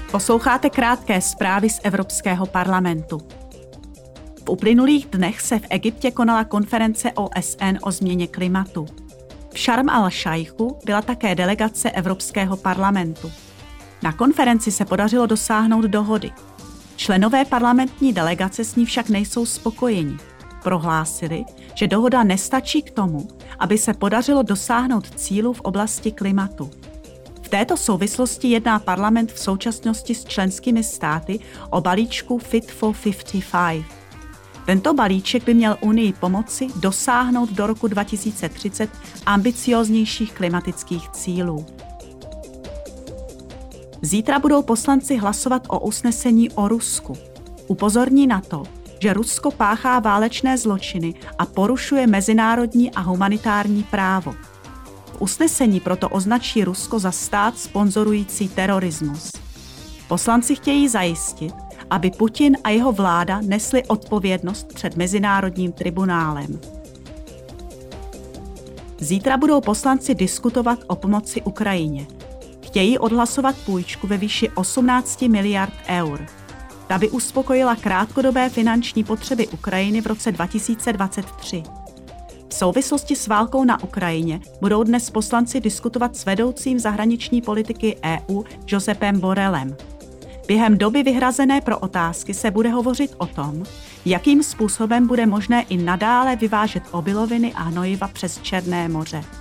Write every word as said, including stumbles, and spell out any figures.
Posloucháte krátké zprávy z Evropského parlamentu. V uplynulých dnech se v Egyptě konala konference O S N o změně klimatu. V Šarm al-Šajchu byla také delegace Evropského parlamentu. Na konferenci se podařilo dosáhnout dohody. Členové parlamentní delegace s ní však nejsou spokojeni. Prohlásili, že dohoda nestačí k tomu, aby se podařilo dosáhnout cílů v oblasti klimatu. V této souvislosti jedná parlament v současnosti s členskými státy o balíčku Fit for padesát pět. Tento balíček by měl Unii pomoci dosáhnout do roku dva tisíce třicet ambicióznějších klimatických cílů. Zítra budou poslanci hlasovat o usnesení o Rusku. Upozorní na to, že Rusko páchá válečné zločiny a porušuje mezinárodní a humanitární právo. V usnesení proto označí Rusko za stát sponzorující terorismus. Poslanci chtějí zajistit, aby Putin a jeho vláda nesli odpovědnost před Mezinárodním tribunálem. Zítra budou poslanci diskutovat o pomoci Ukrajině. Chtějí odhlasovat půjčku ve výši osmnáct miliard eur. Ta by uspokojila krátkodobé finanční potřeby Ukrajiny v roce dva tisíce dvacet tři. V souvislosti s válkou na Ukrajině budou dnes poslanci diskutovat s vedoucím zahraniční politiky E U Josepem Borrellem. Během doby vyhrazené pro otázky se bude hovořit o tom, jakým způsobem bude možné i nadále vyvážet obiloviny a hnojiva přes Černé moře.